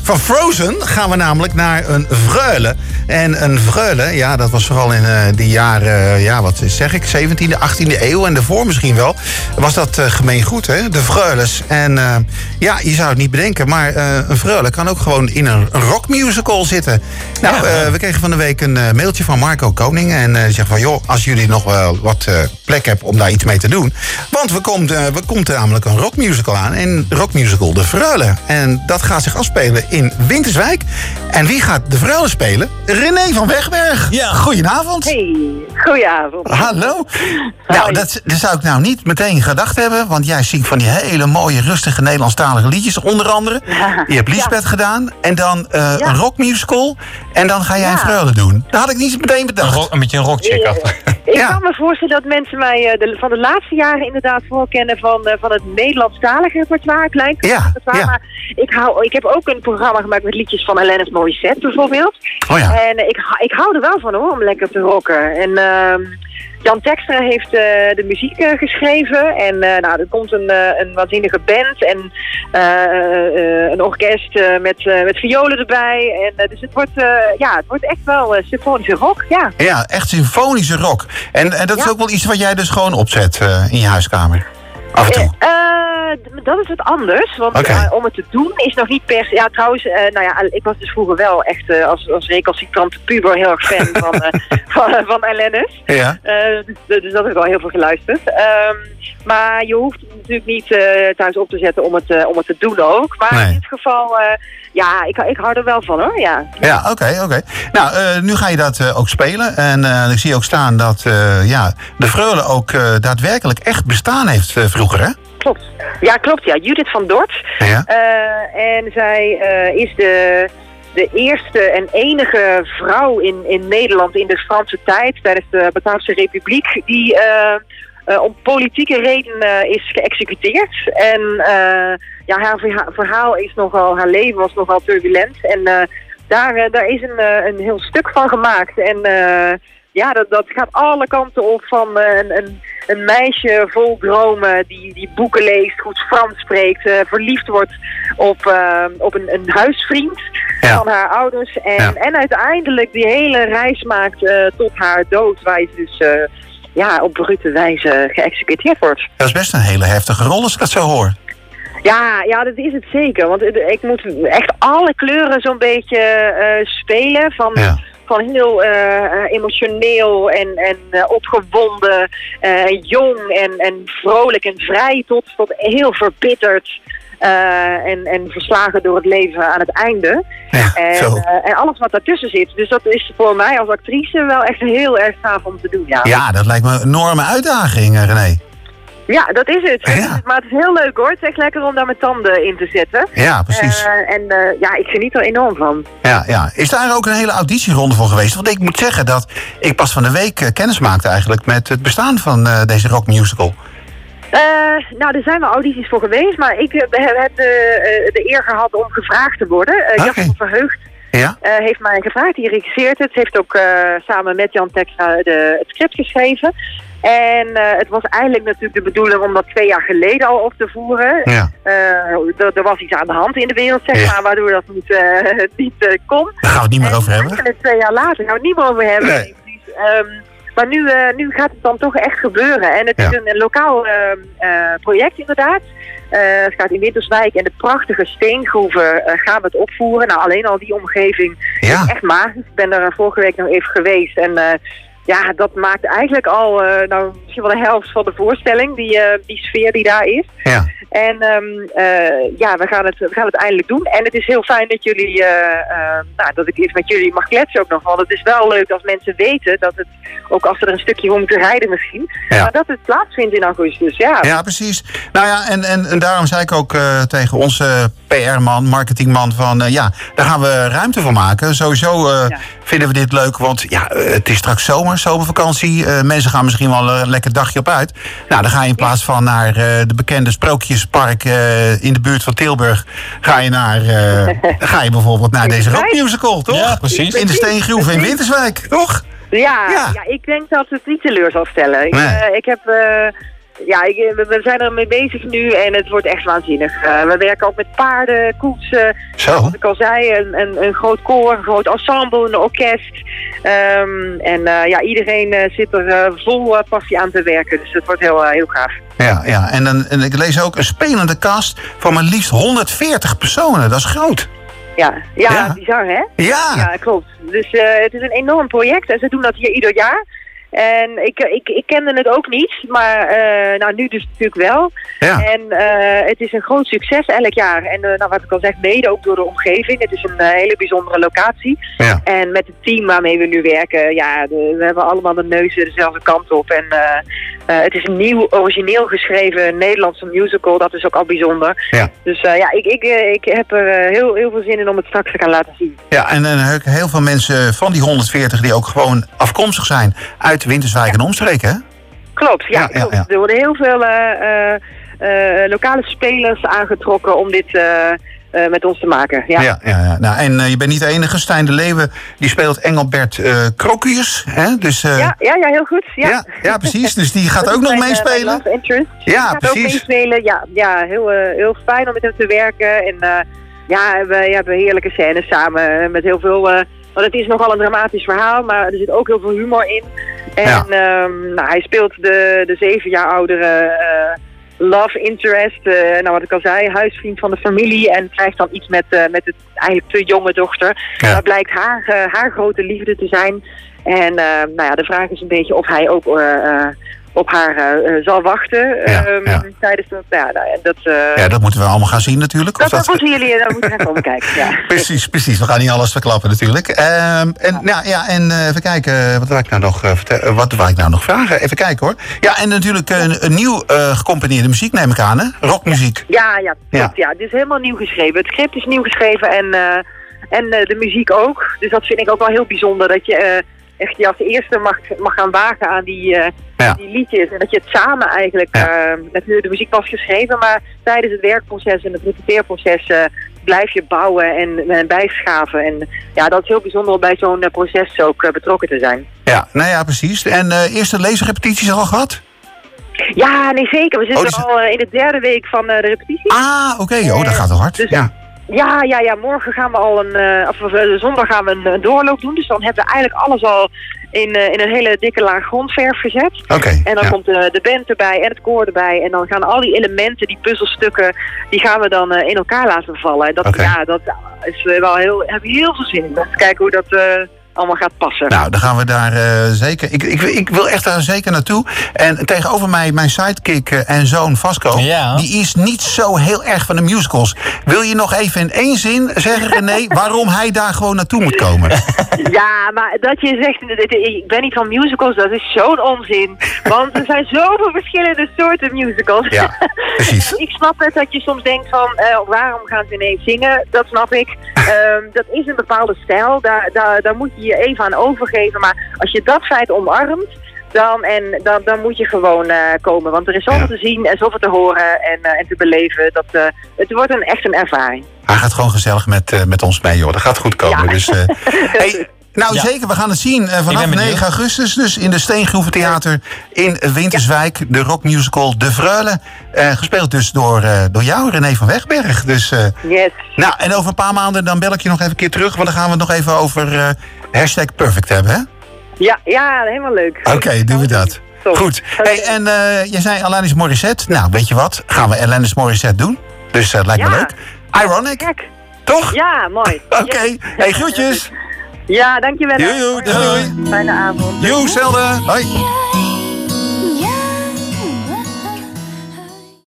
Van Frozen gaan we namelijk naar een vreule. En een vreule, ja, dat was vooral in die jaren, wat zeg ik, 17e, 18e eeuw en daarvoor misschien wel, was dat gemeengoed, hè? De vreules. En je zou het niet bedenken, maar een vreule kan ook gewoon in een rockmusical zitten. Nou, we kregen van de week een mailtje van Marco Koning en die zegt van, joh, als jullie nog wel wat plek hebben om daar iets mee te doen. Want we komt namelijk een rockmusical aan. En de rockmusical De Vreule. En dat gaat zich afspelen in Winterswijk. En wie gaat De Vreule spelen? René van Wegberg. Ja. Goedenavond. Hey, goedenavond. Hallo. Nou, dat zou ik nou niet meteen gedacht hebben. Want jij zingt van die hele mooie, rustige Nederlandstalige liedjes. Onder andere. Je hebt Liesbeth gedaan. En dan een rockmusical. En dan ga jij een Vreule doen. Dat had ik niet meteen bedacht. Een beetje een rockchick af. Ik kan me voorstellen dat mensen mij van de laatste jaren inderdaad vooral kennen van het Nederlandstalige repertoire, klein repertoire. Maar ik heb ook een programma gemaakt met liedjes van Alanis Morissette bijvoorbeeld. Oh ja. En ik hou er wel van hoor, om lekker te rocken. En Jan Tekstra heeft de muziek geschreven. En er komt een waanzinnige band en een orkest met violen erbij. En dus het wordt echt wel symfonische rock, ja. Ja, echt symfonische rock. En dat is ook wel iets wat jij dus gewoon opzet in je huiskamer? Af en toe? Dat is wat anders, want om het te doen is nog niet per se... Ja, trouwens, ik was dus vroeger wel echt als recalcitrante puber heel erg fan van Alanis. Ja. Dus dat heb ik wel heel veel geluisterd. Maar je hoeft het natuurlijk niet thuis op te zetten om het te doen ook. Maar in dit geval, ik hou er wel van hoor, ja. Ja, oké. Nou, nu ga je dat ook spelen. En ik zie ook staan dat de Vreule ook daadwerkelijk echt bestaan heeft vroeger, hè? Klopt. Ja, klopt. Ja. Judith van Dort. Ja. En zij is de eerste en enige vrouw in Nederland in de Franse tijd, tijdens de Bataafse Republiek, die om politieke redenen is geëxecuteerd. En haar verhaal is haar leven was nogal turbulent. En daar is een heel stuk van gemaakt. En dat gaat alle kanten op van een meisje vol dromen die boeken leest, goed Frans spreekt, verliefd wordt op een huisvriend van haar ouders. En uiteindelijk die hele reis maakt tot haar dood, waar ze dus op brute wijze geëxecuteerd wordt. Dat is best een hele heftige rol als ik dat zo hoor. Ja, dat is het zeker. Want ik moet echt alle kleuren zo'n beetje spelen. Van heel emotioneel en opgewonden, jong en vrolijk en vrij tot heel verbitterd. En verslagen door het leven aan het einde. Ja, en alles wat daartussen zit. Dus dat is voor mij als actrice wel echt heel erg gaaf om te doen. Ja, dat lijkt me een enorme uitdaging, René. Ja, dat is het. Ja. Maar het is heel leuk hoor. Het is echt lekker om daar mijn tanden in te zetten. Ja, precies. Ik geniet er enorm van. Ja. Is daar ook een hele auditieronde voor geweest? Want ik moet zeggen dat ik pas van de week kennis maakte eigenlijk met het bestaan van deze rockmusical. Er zijn wel audities voor geweest, maar ik heb de eer gehad om gevraagd te worden. Jasper Verheugd heeft mij gevraagd, die regisseert het. Ze heeft ook samen met Jan Tekstra het script geschreven. En het was eigenlijk natuurlijk de bedoeling om dat 2 jaar geleden al op te voeren. Ja. Er was iets aan de hand in de wereld, zeg maar, waardoor dat niet kon. Daar gaan we het niet meer over hebben. En 2 jaar later gaan we het niet meer over hebben. Nee. Maar nu gaat het dan toch echt gebeuren. En het is een lokaal project inderdaad. Het gaat in Winterswijk en de prachtige steengroeven gaan we het opvoeren. Nou, alleen al die omgeving is echt magisch. Ik ben er vorige week nog even geweest en... dat maakt eigenlijk al misschien wel de helft van de voorstelling, die sfeer die daar is. Ja. En we gaan het eindelijk doen. En het is heel fijn dat jullie, dat ik eens met jullie mag kletsen ook nog. Want het is wel leuk als mensen weten dat het, ook als ze er een stukje voor moeten rijden misschien, maar dat het plaatsvindt in augustus. Ja, precies. Nou ja, en daarom zei ik ook tegen onze PR-man, marketingman van, daar gaan we ruimte voor maken. Sowieso vinden we dit leuk, want het is straks zomervakantie. Mensen gaan misschien wel een lekker dagje op uit. Nou, dan ga je in plaats van naar de bekende Sprookjespark in de buurt van Tilburg, ga je bijvoorbeeld naar deze rockmusical, toch? Ja, precies. In de Steengroef in Winterswijk, toch? Ja, ik denk dat het niet teleur zal stellen. Ik heb Ja, we zijn er mee bezig nu en het wordt echt waanzinnig. We werken ook met paarden, koetsen. Wat ik al zei, een groot koor, een groot ensemble, een orkest. Iedereen zit er vol passie aan te werken. Dus het wordt heel gaaf. Ja. En ik lees ook een spelende cast van maar liefst 140 personen. Dat is groot. Ja, bizar hè? Ja, klopt. Dus het is een enorm project en ze doen dat hier ieder jaar. En ik kende het ook niet, maar nu dus natuurlijk wel. Ja. En het is een groot succes elk jaar. En wat ik al zeg, mede ook door de omgeving. Het is een hele bijzondere locatie. Ja. En met het team waarmee we nu werken, we hebben allemaal de neuzen dezelfde kant op. En het is een nieuw, origineel geschreven Nederlandse musical. Dat is ook al bijzonder. Ja. Dus ik heb er heel veel zin in om het straks te gaan laten zien. Ja, en heel veel mensen van die 140 die ook gewoon afkomstig zijn uit Winterswijk en omstreken, hè? Klopt, klopt. Er worden heel veel lokale spelers aangetrokken om dit met ons te maken. Ja. Nou, en je bent niet de enige. Stijn de Leeuwen die speelt Engelbert Krokius. Hè? Dus, ja, heel goed. Ja, precies. Dus die gaat ook nog meespelen. Love Interest. Ja, precies. Ook meespelen. Ja, heel fijn om met hem te werken. En we hebben heerlijke scènes samen met heel veel... want het is nogal een dramatisch verhaal, maar er zit ook heel veel humor in. En hij speelt de 7 jaar oudere love interest, wat ik al zei, huisvriend van de familie. En krijgt dan iets met het eigenlijk te jonge dochter. Ja. Dat blijkt haar grote liefde te zijn. En de vraag is een beetje of hij ook op haar zal wachten tijdens dat moeten we allemaal gaan zien natuurlijk. Dat moeten jullie even komen kijken. Ja. Precies. We gaan niet alles verklappen natuurlijk. Even kijken, wat wil ik nou nog vragen? Even kijken hoor. Ja, en natuurlijk een nieuw gecomponeerde muziek neem ik aan, hè? Rockmuziek. Ja. Het is helemaal nieuw geschreven. Het script is nieuw geschreven en de muziek ook. Dus dat vind ik ook wel heel bijzonder, dat je... echt je als eerste mag gaan wagen aan die liedjes. En dat je het samen eigenlijk... natuurlijk de muziek was geschreven, maar tijdens het werkproces en het repeteerproces blijf je bouwen en bijschaven. En dat is heel bijzonder om bij zo'n proces ook betrokken te zijn. Ja, precies. En eerste leesrepetities al gehad? Ja, nee zeker. We zitten al in de 3e week van de repetitie. Ah, oké. Dat gaat wel hard. Dus, Ja, morgen gaan we zondag gaan we een doorloop doen. Dus dan hebben we eigenlijk alles al in een hele dikke laag grondverf gezet. Okay, en dan komt de band erbij en het koor erbij. En dan gaan al die elementen, die puzzelstukken, die gaan we dan in elkaar laten vallen. En dat is wel heb je heel veel zin in. Om te kijken hoe dat... allemaal gaat passen. Nou, dan gaan we daar zeker... Ik wil echt daar zeker naartoe. En tegenover mij, mijn sidekick en zoon Vasco... die is niet zo heel erg van de musicals. Wil je nog even in 1 zin zeggen, René... waarom hij daar gewoon naartoe moet komen? Ja, maar dat je zegt... ik ben niet van musicals, dat is zo'n onzin. Want er zijn zoveel verschillende soorten musicals. Ja, precies. Ik snap het dat je soms denkt van... waarom gaan ze ineens zingen? Dat snap ik. Dat is een bepaalde stijl. Daar moet je je even aan overgeven. Maar als je dat feit omarmt, dan moet je gewoon komen. Want er is zoveel te zien en zoveel te horen en te beleven. Het wordt echt een ervaring. Hij gaat gewoon gezellig met ons mee, joh. Dat gaat goed komen. Ja. Dus, zeker, we gaan het zien vanaf 9 augustus. Dus in de Steengroeven Theater in Winterswijk. De rockmusical De Freule. Gespeeld dus door jou, René van Wegberg. Dus, yes. Nou, en over een paar maanden dan bel ik je nog even een keer terug. Want dan gaan we het nog even over #perfect hebben, hè? Ja, helemaal leuk. Oké, doen we dat. Top. Goed. Hey, en je zei Alanis Morissette. Nou, weet je wat? Gaan we Alanis Morissette doen. Dus lijkt me leuk. Ironic. Kijk. Toch? Ja, mooi. Oké. Hey, groetjes. Ja, dankjewel. Doei. Fijne avond. Joe, zelden. Hoi.